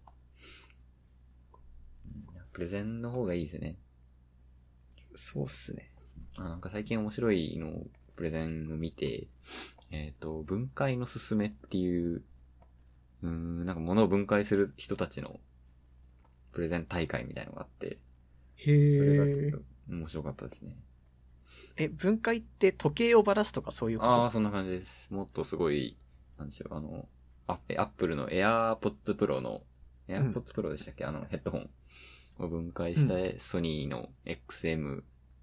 プレゼンの方がいいですね。 そうっすね。 なんか最近面白いのプレゼンを見て、分解のすすめっていう、なんか物を分解する人たちのプレゼン大会みたいなのがあって、それがちょっと面白かったですね。 分解って時計をばらすとかそういうこと？ そんな感じです。もっとすごい、なんでしょう、アップルの AirPods Pro の、AirPods Pro でしたっけ、ヘッドホンを分解したソニーの XM1000、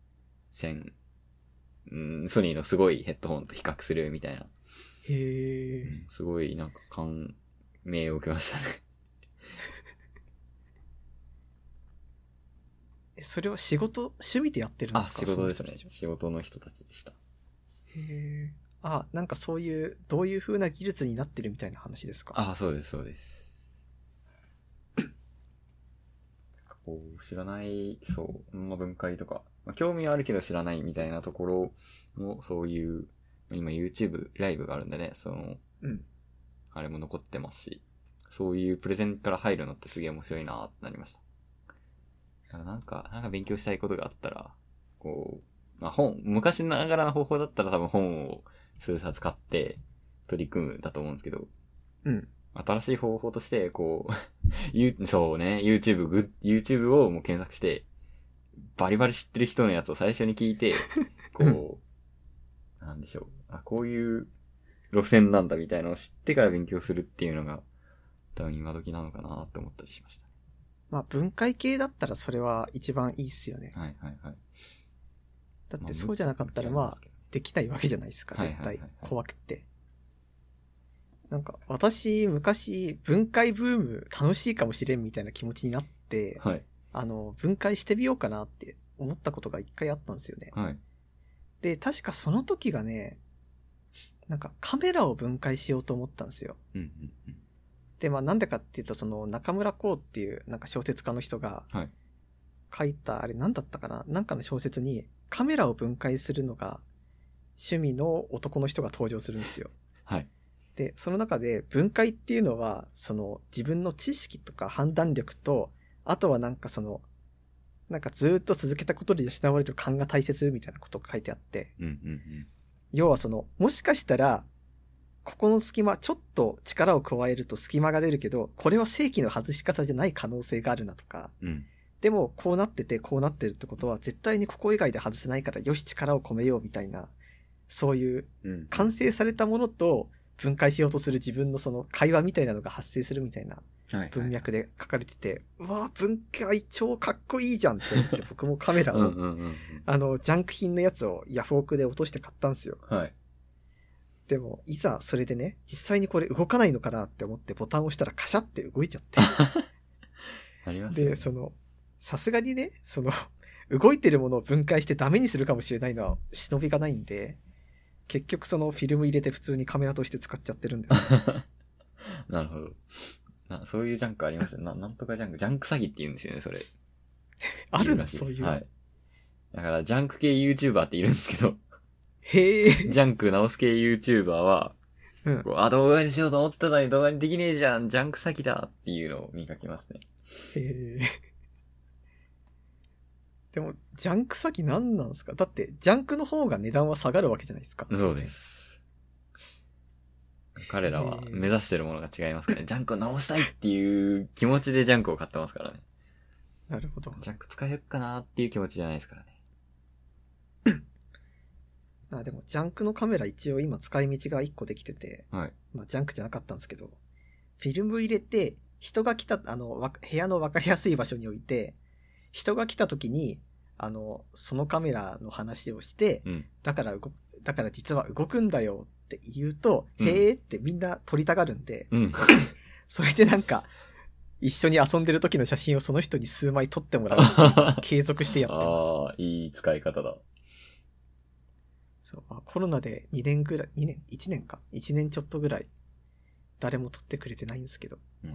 ソニーのすごいヘッドホンと比較するみたいな。すごいなんか感銘を受けましたね。 それは趣味でやってるんですか？ 仕事ですね。仕事の人たちでした。 なんかそういう、どういう風な技術になってるみたいな話ですか？ そうです。こう、知らない、分解とか、興味はあるけど知らないみたいなところも、そういう、今 YouTube ライブがあるんでね、あれも残ってますし、そういうプレゼンから入るのってすげえ面白いなってなりました。だからなんか勉強したいことがあったら、こう、昔ながらの方法だったら多分本を数冊買って取り組むだと思うんですけど、新しい方法として、こう、そうね、YouTube をもう検索して、バリバリ知ってる人のやつを最初に聞いて、こう、なんでしょう。こういう路線なんだみたいなのを知ってから勉強するっていうのが、多分今時なのかなって思ったりしました。 まあ分解系だったらそれは一番いいっすよね。 はいはいはい。 だってそうじゃなかったらまあできないわけじゃないですか、絶対。怖くって。なんか私昔分解ブーム楽しいかもしれんみたいな気持ちになって、 はい。 分解してみようかなって思ったことが一回あったんですよね。 はい。 で、確かその時がね、なんかカメラを分解しようと思ったんですよ。 うんうんうん。 で、まあなんでかっていうと、その中村光っていうなんか小説家の人がはい。 書いた、あれなんだったかな、なんかの小説にカメラを分解するのが趣味の男の人が登場するんですよ。 はい。 で、その中で分解っていうのは、その自分の知識とか判断力と、あとはなんかその、なんかずっと続けたことで養われる勘が大切みたいなことが書いてあって、 うんうんうん。 要はその、もしかしたら、ここの隙間、ちょっと力を加えると隙間が出るけど、これは正規の外し方じゃない可能性があるなとか、 うん。 でもこうなっててこうなってるってことは絶対にここ以外で外せないからよし力を込めようみたいな、そういう完成されたものと分解しようとする自分のその会話みたいなのが発生するみたいな文脈で書かれてて、うわ分解超かっこいいじゃんって思って僕もカメラをジャンク品のやつをヤフオクで落として買ったんですよ。 はい。 でもいざそれでね、実際にこれ動かないのかなって思ってボタンを押したらカシャって動いちゃってありますね。 で、さすがにね、動いてるものを分解してダメにするかもしれないのは忍びがないんで、結局そのフィルム入れて普通にカメラとして使っちゃってるんです。 なるほど。そういうジャンクありますよ。なんとかジャンク。ジャンク詐欺って言うんですよね、それ。 あるのそういう。 はい。だから、ジャンク系 YouTuber っているんですけど。 へえ。 ジャンク直す系 YouTuber は、 うん、 動画にしようと思ったのに動画にできねえじゃん、ジャンク詐欺だっていうのを見かけますね。 へえ。でも、ジャンク詐欺何なんですか？だって、ジャンクの方が値段は下がるわけじゃないですか。 そうです。彼らは目指してるものが違いますからね。ジャンクを直したいっていう気持ちでジャンクを買ってますからね。 なるほど。 ジャンク使えるかなっていう気持ちじゃないですからね。 でも、ジャンクのカメラ一応今使い道が1個できてて、 はい。 まあ、ジャンクじゃなかったんですけど、フィルム入れて、人が来た、部屋の分かりやすい場所に置いて、人が来た時に、そのカメラの話をして、 うん、 だから実は動くんだよって言うと、へーってみんな撮りたがるんで、 うん、 それでなんか、一緒に遊んでる時の写真をその人に数枚撮ってもらう継続してやってます。 ああ、いい使い方だ。 そう、コロナで2年ぐらい、1年か。1年ちょっとぐらい、誰も撮ってくれてないんですけど。 うん、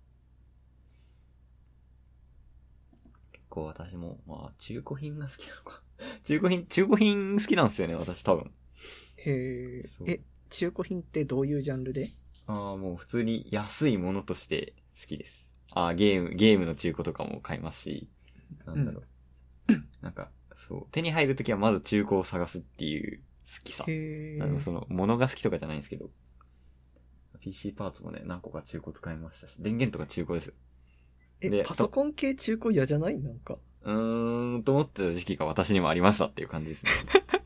結構私も、まあ、中古品が好きなのか。中古品好きなんですよね、私多分。 へえ。中古品ってどういうジャンルで？ もう普通に安いものとして好きです。ゲームの中古とかも買いますし、なんだろう。なんか、そう、手に入るときはまず中古を探すっていう好きさ。物が好きとかじゃないんですけど、PC パーツもね、何個か中古使いましたし、電源とか中古です。 パソコン系中古嫌じゃない？なんか。 と思ってた時期が私にもありましたっていう感じですね。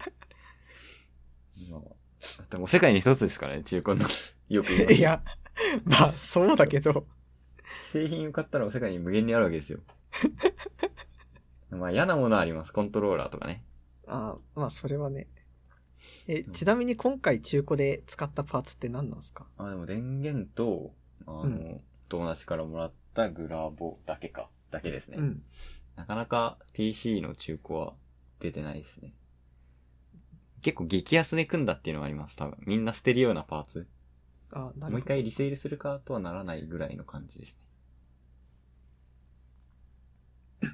でも世界に一つですからね、中古の。よく言います。 いや、まあ、そうだけど。 製品を買ったら世界に無限にあるわけですよ。まあ嫌なものはあります。コントローラーとかね。 まあそれはね。ちなみに今回中古で使ったパーツって何なんですか？ でも電源と、友達からもらったグラボだけですね。なかなか PC の中古は出てないですね。結構激安で組んだっていうのがあります、多分。みんな捨てるようなパーツ。 なるほど。 もう一回リセールするかとはならないぐらいの感じですね。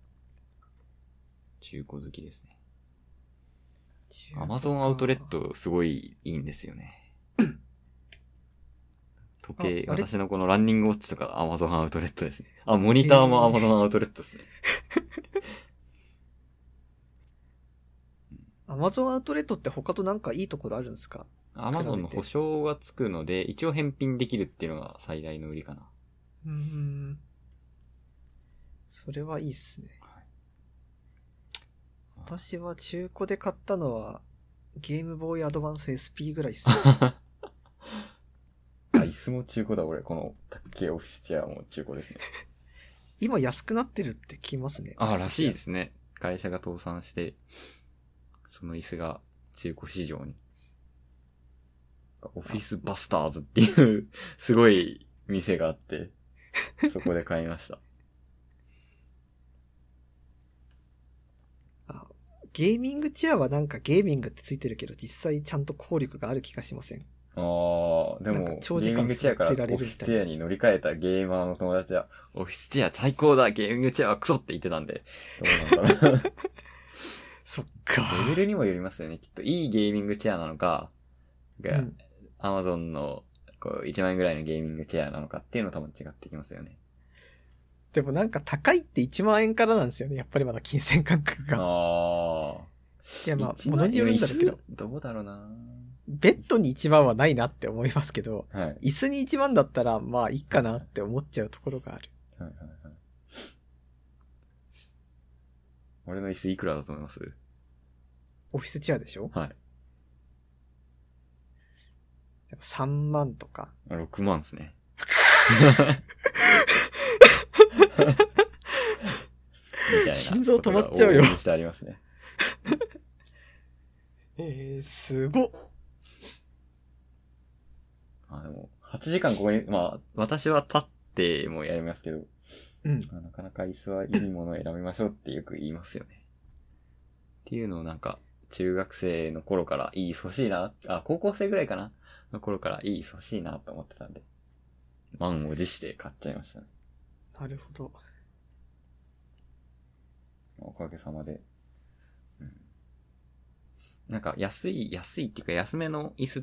中古好きですね。Amazon アウトレットすごいいいんですよね。時計、私のこのランニングウォッチとか Amazon アウトレットですね。モニターも Amazon アウトレットですね。 Amazon アウトレットって他となんかいいところあるんですか ？Amazon の保証がつくので、一応返品できるっていうのが最大の売りかな。 それはいいっすね。はい、私は中古で買ったのは、ゲームボーイアドバンス SP ぐらいっすね。 椅子も中古だ、俺。この卓球オフィスチェアも中古ですね。 今安くなってるって聞きますね。 ああ、らしいですね。会社が倒産して、その椅子が中古市場に。オフィスバスターズっていうすごい店があって、そこで買いました。 ゲーミングチェアはなんかゲーミングってついてるけど、実際ちゃんと効力がある気がしません。 ああ、でなんかも、 長時間ゲーミングチェアから座ってられオフィスるみたいなチェアに乗り換えたゲーマーの友達は、オフィスチェア最高だ、ゲーミングチェアはクソって言ってたんで、どうなのかな。 そっか。 レベルにもよりますよね。きっといいゲーミングチェアなのか、アマゾンのこう1万円ぐらいのゲーミングチェアなのかっていうの多分違ってきますよね。 でもなんか高いって1万円からなんですよね。やっぱりまだ金銭感覚が。 ああ。 いやまあ、物によるんだろうけど。 どうだろうな。 ベッドに1万はないなって思いますけど、 はい。 椅子に1万だったらまあいいかなって思っちゃうところがある。 はいはいはい。俺の椅子いくらだと思います？ オフィスチェアでしょ？ はい。 でも3万とか。 6万っすね。みたいな。 心臓止まっちゃうよ。 してありますね。 すごっ。 でも、8時間ここに、私は立ってもやりますけど、 うん。 なかなか椅子はいいものを選びましょうってよく言いますよね。っていうのをなんか、中学生の頃からいい椅子欲しいな、高校生ぐらいかなの頃からいい椅子欲しいなと思ってたんで、満を持して買っちゃいましたね。 なるほど。 おかげさまで。なんか安いっていうか安めの椅子って、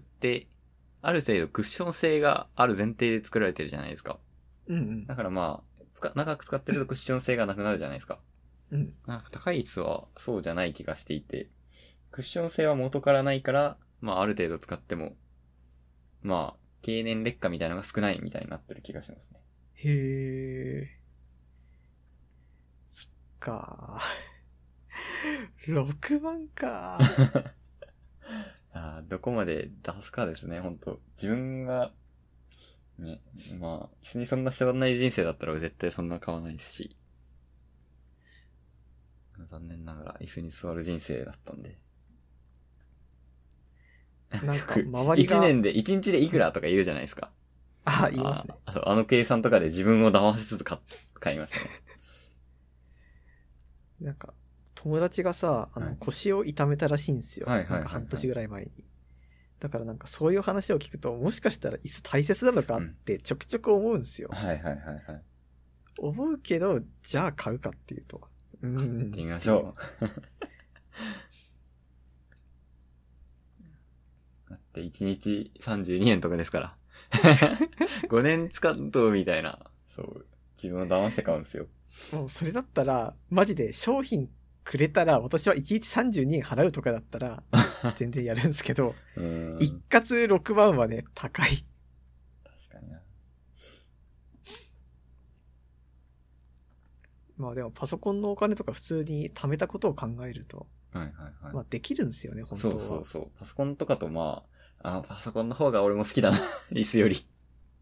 ある程度クッション性がある前提で作られてるじゃないですか。 うんうん。 だから長く使ってるとクッション性がなくなるじゃないですか。 うん。 なんか高い椅子はそうじゃない気がしていて、クッション性は元からないから、ある程度使っても、経年劣化みたいなのが少ないみたいになってる気がしますね。 へー。そっかー。6万かどこまで出すかですね、本当自分が、ね、椅子にそんなしょうがない人生だったら絶対そんな買わないですし。残念ながら椅子に座る人生だったんで。 なんか、周りが。 1日でいくらとか言うじゃないですか。 言いますね。 計算とかで自分を騙しつつ買いましたね。 なんか、友達がさ、腰を痛めたらしいんですよ。 はいはいはいはいなんか半年ぐらい前に。だからなんかそういう話を聞くと、もしかしたら椅子大切なのかってちょくちょく思うんですよ。 はいはいはいはい。 思うけど、じゃあ買うかっていうと。 買ってみましょう。だって1日32円とかですから。5年使うと、みたいな。そう。自分を騙して買うんですよ。 もうそれだったら、マジで商品くれたら、私は1日32円払うとかだったら、全然やるんですけど、一括6万はね、高い。 確かにな。 でもパソコンのお金とか普通に貯めたことを考えると、 はいはいはい。 できるんですよね、本当は。 そう。パソコンとかとパソコンの方が俺も好きだな。椅子より。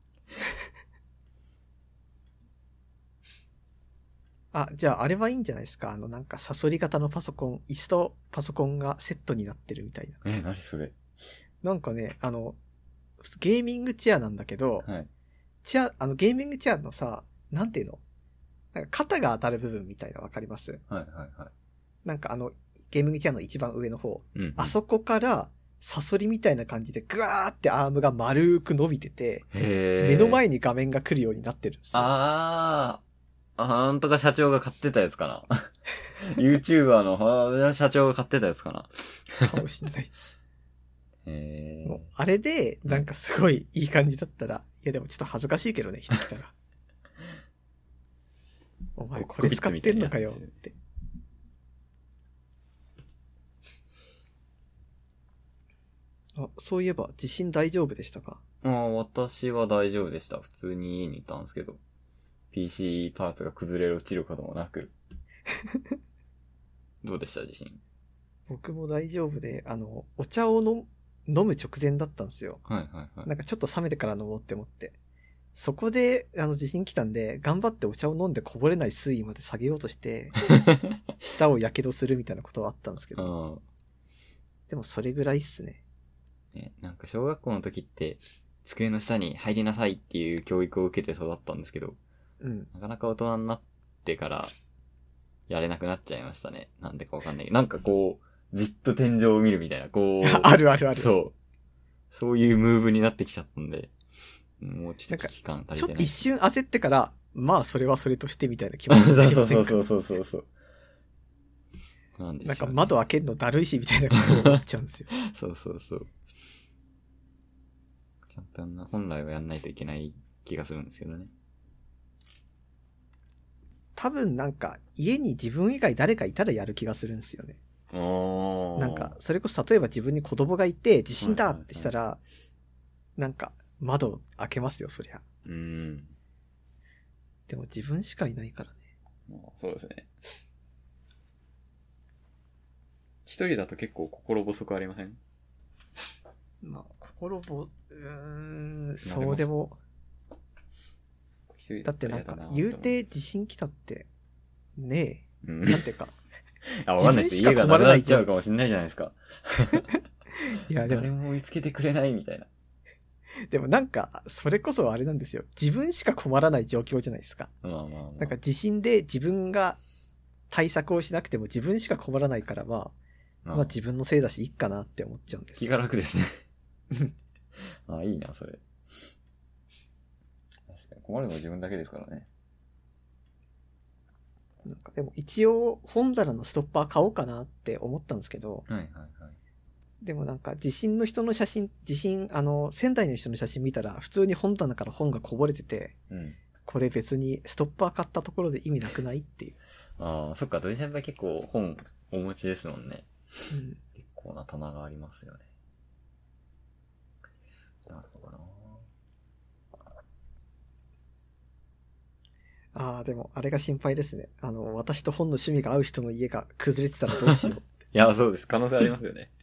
じゃああれはいいんじゃないですか。なんかサソリ型のパソコン、椅子とパソコンがセットになってるみたいな。 何それ。 なんかね、ゲーミングチェアなんだけど、 はい。 ゲーミングチェアのさ、なんていうの？なんか肩が当たる部分みたいなわかります？ はいはいはい。 なんかゲーミングチェアの一番上の方。 うん。 あそこから、サソリみたいな感じでぐわーってアームが丸く伸びてて、目の前に画面が来るようになってるんですよ。 なんとか社長が買ってたやつかな。YouTuber の社長が買ってたやつかな。 かもしんないです。もうへあれで、なんかすごいいい感じだったら、いやでもちょっと恥ずかしいけどね、人来たら。お前これ使ってんのかよって。そういえば地震大丈夫でしたか？ 私は大丈夫でした。普通に家にいたんですけど。PC パーツが崩れ落ちることもなく。どうでした地震？ 僕も大丈夫で、お茶を飲む直前だったんですよ。 はいはいはい。 なんかちょっと冷めてから飲もうって思って。 そこで、地震来たんで、頑張ってお茶を飲んでこぼれない水位まで下げようとして、舌を火傷するみたいなことはあったんですけど、でもそれぐらいっすね。 ね、なんか小学校の時って、机の下に入りなさいっていう教育を受けて育ったんですけど、 うん。 なかなか大人になってから、やれなくなっちゃいましたね。なんでかわかんないけど。なんかこう、じっと天井を見るみたいな、こう。 あるあるある。 そう。そういうムーブになってきちゃったんで、もうちょっと危機感足りてない。 ちょっと一瞬焦ってから、まあそれはそれとしてみたいな気持ちになりませんか？ そう。 なんか窓開けるのだるいしみたいなことを思っちゃうんですよ。 そう。ちゃんと本来はやんないといけない気がするんですけどね。 多分なんか家に自分以外誰かいたらやる気がするんですよね。なんかそれこそ例えば自分に子供がいて地震だってしたら、なんか窓開けますよそりゃ。でも自分しかいないからね。 そうですね。一人だと結構心細くありません？ まあそうでも。だってなんか言うて地震来たってねえ、なんていうかわかんないです。家がなくなっちゃうかもしれないじゃないですか。 いやでも誰も見つけてくれないみたいな。 でもなんかそれこそあれなんですよ。自分しか困らない状況じゃないですか。なんか地震で自分が対策をしなくても自分しか困らないからまあ自分のせいだしいいかなって思っちゃうんです。 気が楽ですね。いいなそれ。困るのは自分だけですからね。 なんかでも一応本棚のストッパー買おうかなって思ったんですけど、でもなんか地震の人の写真、仙台の人の写真見たら普通に本棚から本がこぼれてて、これ別にストッパー買ったところで意味なくないっていう。 そっか、土井先輩結構本お持ちですもんね。結構な棚がありますよね。なるほどな。 でも、あれが心配ですね。私と本の趣味が合う人の家が崩れてたらどうしよう。 いや、そうです。可能性ありますよね。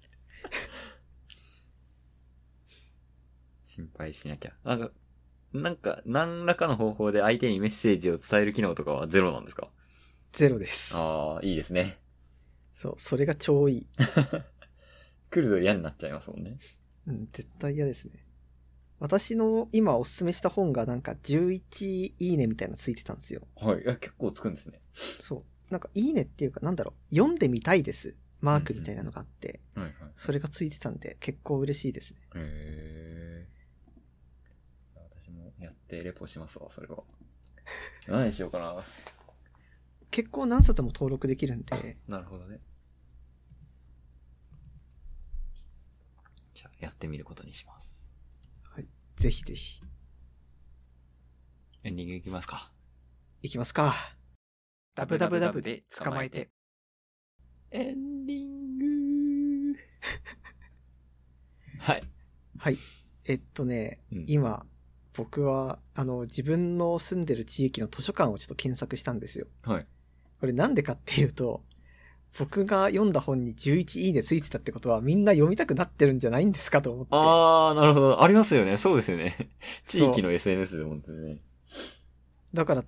心配しなきゃ。なんか、何らかの方法で相手にメッセージを伝える機能とかはゼロなんですか？ ゼロです。 いいですね。 そう、それが超いい。 来ると嫌になっちゃいますもんね。 絶対嫌ですね。私の今おすすめした本がなんか11いいねみたいなついてたんですよ。 はい。結構つくんですね。 そう。なんかいいねっていうか読んでみたいです。マークみたいなのがあって。それがついてたんで結構嬉しいですね。 私もやってレポしますわ、それは。何にしようかな。 結構何冊も登録できるんで。 なるほどね。じゃあやってみることにします。 ぜひぜひ。 エンディングいきますか。 いきますか。 ダブダブダブで捕まえて。 エンディングはい。 はい。今、僕は、自分の住んでる地域の図書館をちょっと検索したんですよ。 はい。 これなんでかっていうと、僕が読んだ本に11いいねついてたってことはみんな読みたくなってるんじゃないんですかと思って。 なるほど。ありますよね。そうですよね。地域の SNS でもね。 だからって、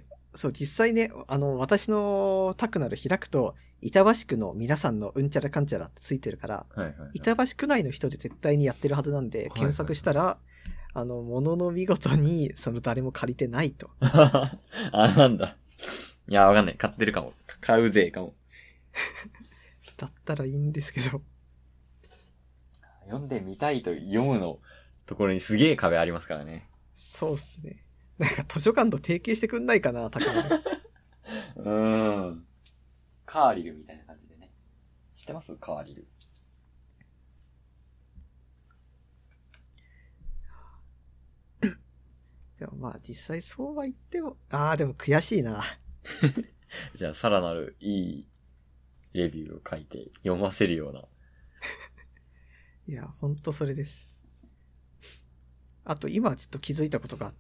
そう、実際ね、私のタクナル開くと、板橋区の皆さんのうんちゃらかんちゃらってついてるから、板橋区内の人で絶対にやってるはずなんで、検索したら、ものの見事に、誰も借りてないと。 なんだ。いや、わかんない。買ってるかも。買うぜかも。 だったらいいんですけど。 読んでみたいと読むのところにすげえ壁ありますからね。 そうっすね。なんか図書館と提携してくんないかな、高野。 カーリルみたいな感じでね。知ってます？カーリル。 でもまあ実際そうは言っても、でも悔しいな。 じゃあさらなるいいレビューを書いて読ませるような。 いや、ほんとそれです。あと今ちょっと気づいたことがあって、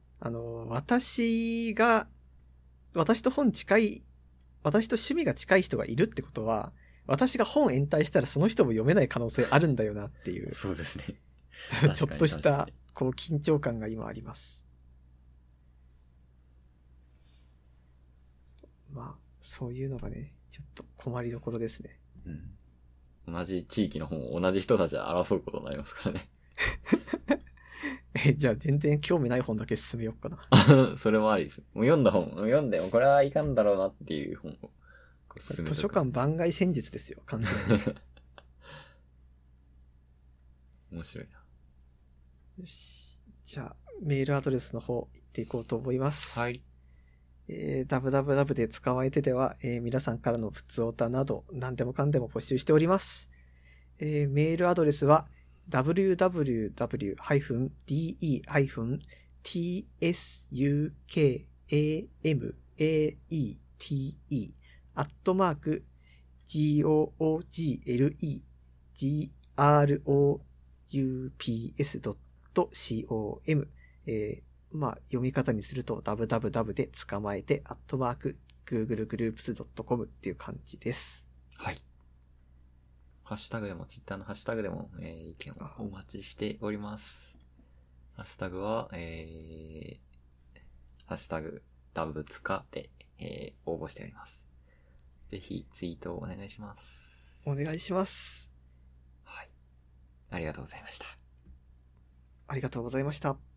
私と趣味が近い人がいるってことは、私が本延滞したらその人も読めない可能性あるんだよなっていう。 そうですね。 ちょっとした、こう、緊張感が今あります。まあ、そういうのがね、ちょっと困りどころですね。 うん。同じ地域の本を同じ人たちで争うことになりますからね。 じゃあ全然興味ない本だけ進めようかな。 それもありです。もう読んだ本、読んでもこれはいかんだろうなっていう本を進め図書館番外戦術ですよ、完全に。 面白いな。 よし。じゃあ、メールアドレスの方、行っていこうと思います。 はい。 ダブダブダブで捕まえてでは、皆さんからの普通オタなど、何でもかんでも募集しております。メールアドレスは、www-tsukamate.groups.com、まあ、読み方にすると、ダブダブダブで捕まえて、@googlegroups.com っていう感じです。 はい。ハッシュタグでも、ツイッターのハッシュタグでも、意見をお待ちしております。ハッシュタグは、ハッシュタグ、ダブツカで、応募しております。ぜひ、ツイートをお願いします。 お願いします。 はい。ありがとうございました。 ありがとうございました。